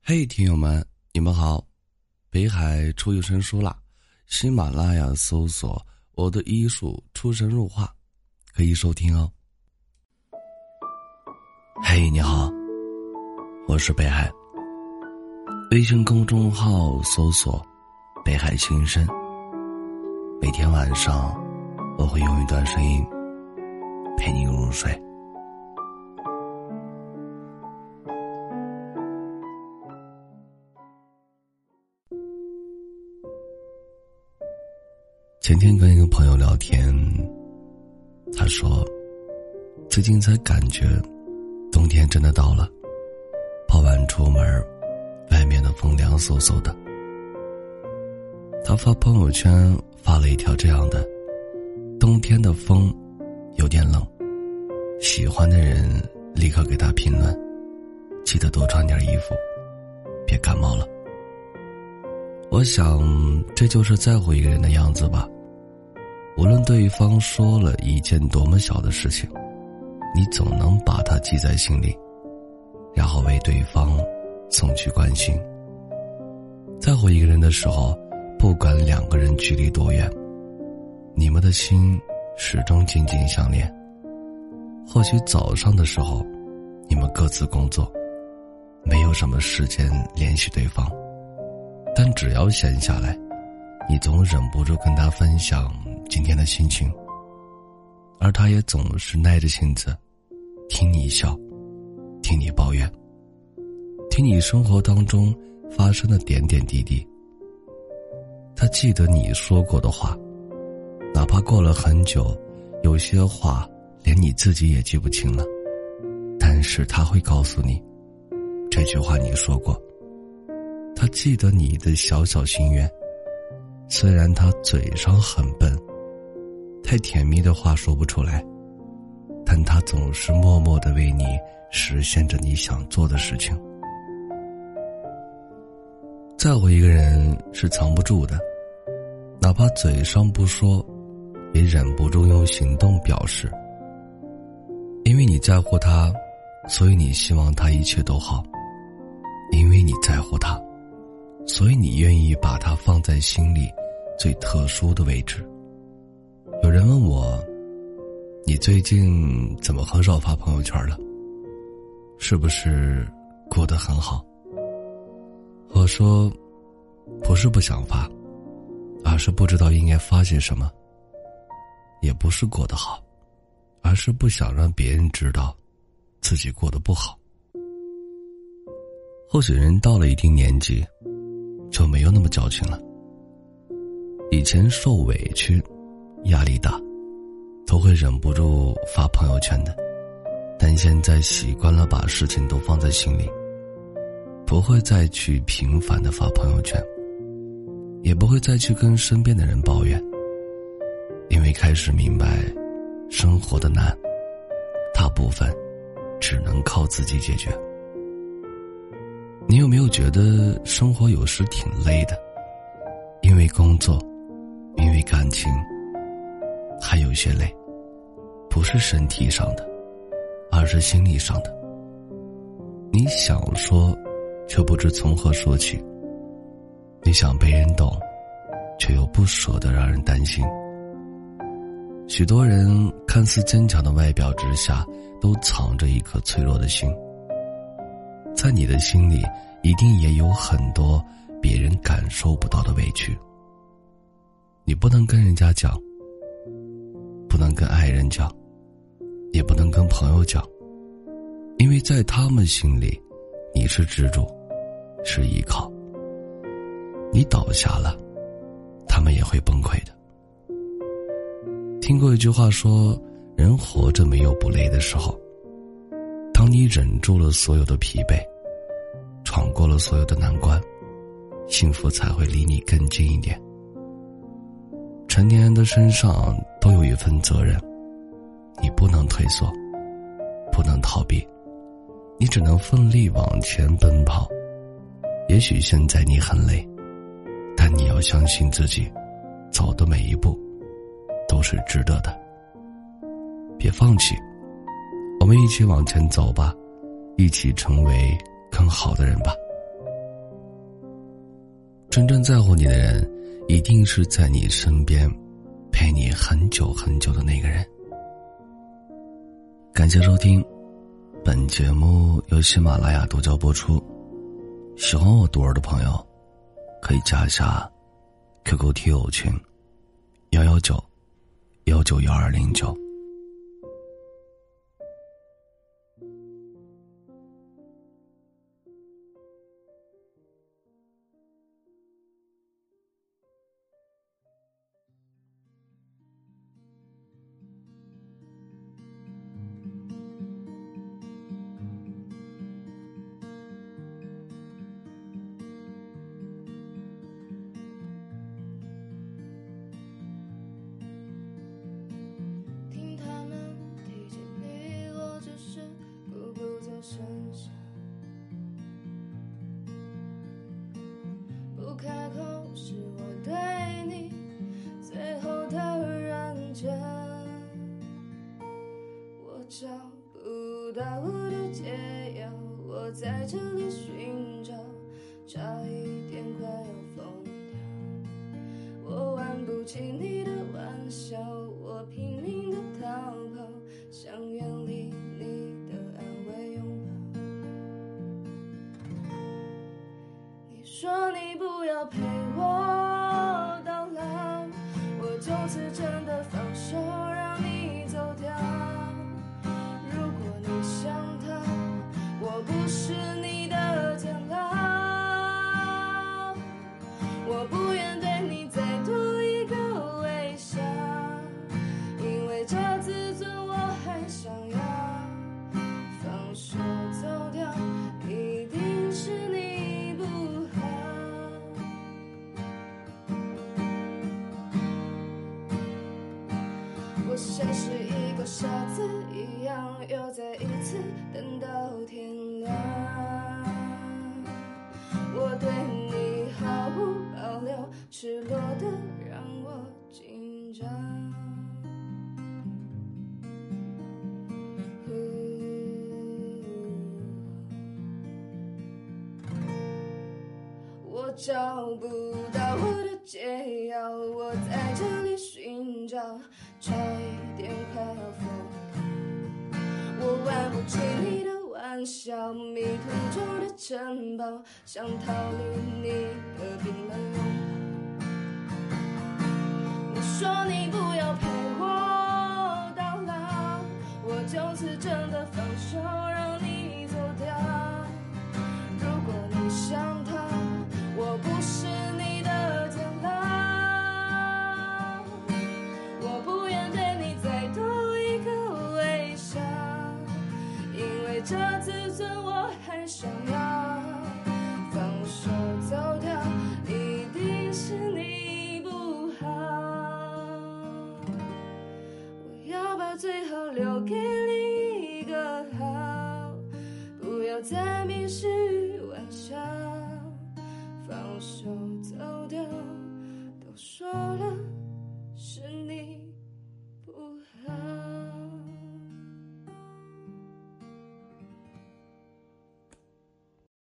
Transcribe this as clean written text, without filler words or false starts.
嘿，听友们，你们好！北海出有声书啦，喜马拉雅搜索我的医术出神入化，可以收听哦。嘿，你好，我是北海。微信公众号搜索北海心声，每天晚上我会用一段声音陪你入睡。前天跟一个朋友聊天，他说最近才感觉冬天真的到了，傍晚出门外面的风凉飕飕的。他发朋友圈发了一条这样的：冬天的风有点冷，喜欢的人立刻给他评论，记得多穿点衣服，别感冒了。我想这就是在乎一个人的样子吧。无论对方说了一件多么小的事情，你总能把它记在心里，然后为对方送去关心。在乎一个人的时候，不管两个人距离多远，你们的心始终紧紧相连。或许早上的时候你们各自工作，没有什么时间联系对方，但只要闲下来，你总忍不住跟他分享今天的心情，而他也总是耐着性子听你笑，听你抱怨，听你生活当中发生的点点滴滴。他记得你说过的话，哪怕过了很久，有些话连你自己也记不清了，但是他会告诉你，这句话你说过。他记得你的小小心愿，虽然他嘴上很笨，太甜蜜的话说不出来，但他总是默默地为你实现着你想做的事情。在乎一个人是藏不住的，哪怕嘴上不说，也忍不住用行动表示。因为你在乎他，所以你希望他一切都好。因为你在乎他，所以你愿意把他放在心里最特殊的位置。有人问我，你最近怎么很少发朋友圈了？是不是过得很好？我说，不是不想发，而是不知道应该发些什么。也不是过得好，而是不想让别人知道自己过得不好。或许人到了一定年纪就没有那么矫情了，以前受委屈压力大都会忍不住发朋友圈的，但现在习惯了把事情都放在心里，不会再去频繁地发朋友圈，也不会再去跟身边的人抱怨，因为开始明白生活的难大部分只能靠自己解决。你有没有觉得生活有时挺累的？因为工作，因为感情，还有些累，不是身体上的，而是心理上的。你想说却不知从何说起，你想被人懂，却又不舍得让人担心。许多人看似坚强的外表之下，都藏着一颗脆弱的心。在你的心里一定也有很多别人感受不到的委屈，你不能跟人家讲，不能跟爱人讲，也不能跟朋友讲，因为在他们心里你是支柱，是依靠。你倒下了，他们也会崩溃的。听过一句话说，人活着没有不累的时候，当你忍住了所有的疲惫，闯过了所有的难关，幸福才会离你更近一点。成年人的身上都有一份责任，你不能退缩，不能逃避，你只能奋力往前奔跑。也许现在你很累，但你要相信自己，走的每一步都是值得的。别放弃，我们一起往前走吧，一起成为更好的人吧。 真正在乎你的人，一定是在你身边陪你很久很久的那个人。感谢收听，本节目由喜马拉雅独家播出。喜欢我独儿的朋友，可以加一下 QQ 听友群119191209。 不开口是我对你最后的认真，我找不到我的解药，我在这里寻找，差一点快要疯掉。我玩不起你的玩笑，我拼命的逃跑，想远离你的安慰拥抱。你说你不要陪我到老，我就此真的放手让你走掉。如果你想他，我不是你的监牢，我不愿对你再多一个微笑，因为这自尊我还想要。放手走掉，一定是你不好。我像是一个傻子一样，又再一次等到天亮。我对你毫无保留，赤裸的让我紧张。我找不到我的解药，我在这里寻找，差一点快要疯掉。我玩不起你的玩笑，迷途中的城堡，想逃离你的冰冷拥抱。你说你不要陪我到老，我就此真的放手让你走掉。如果你想他，我不是你的监牢，我不愿对你再多一个微笑，因为这自尊我还想要。放手走掉，一定是你不好，我要把最好留给另一个好，不要再迷失玩笑。放手走掉。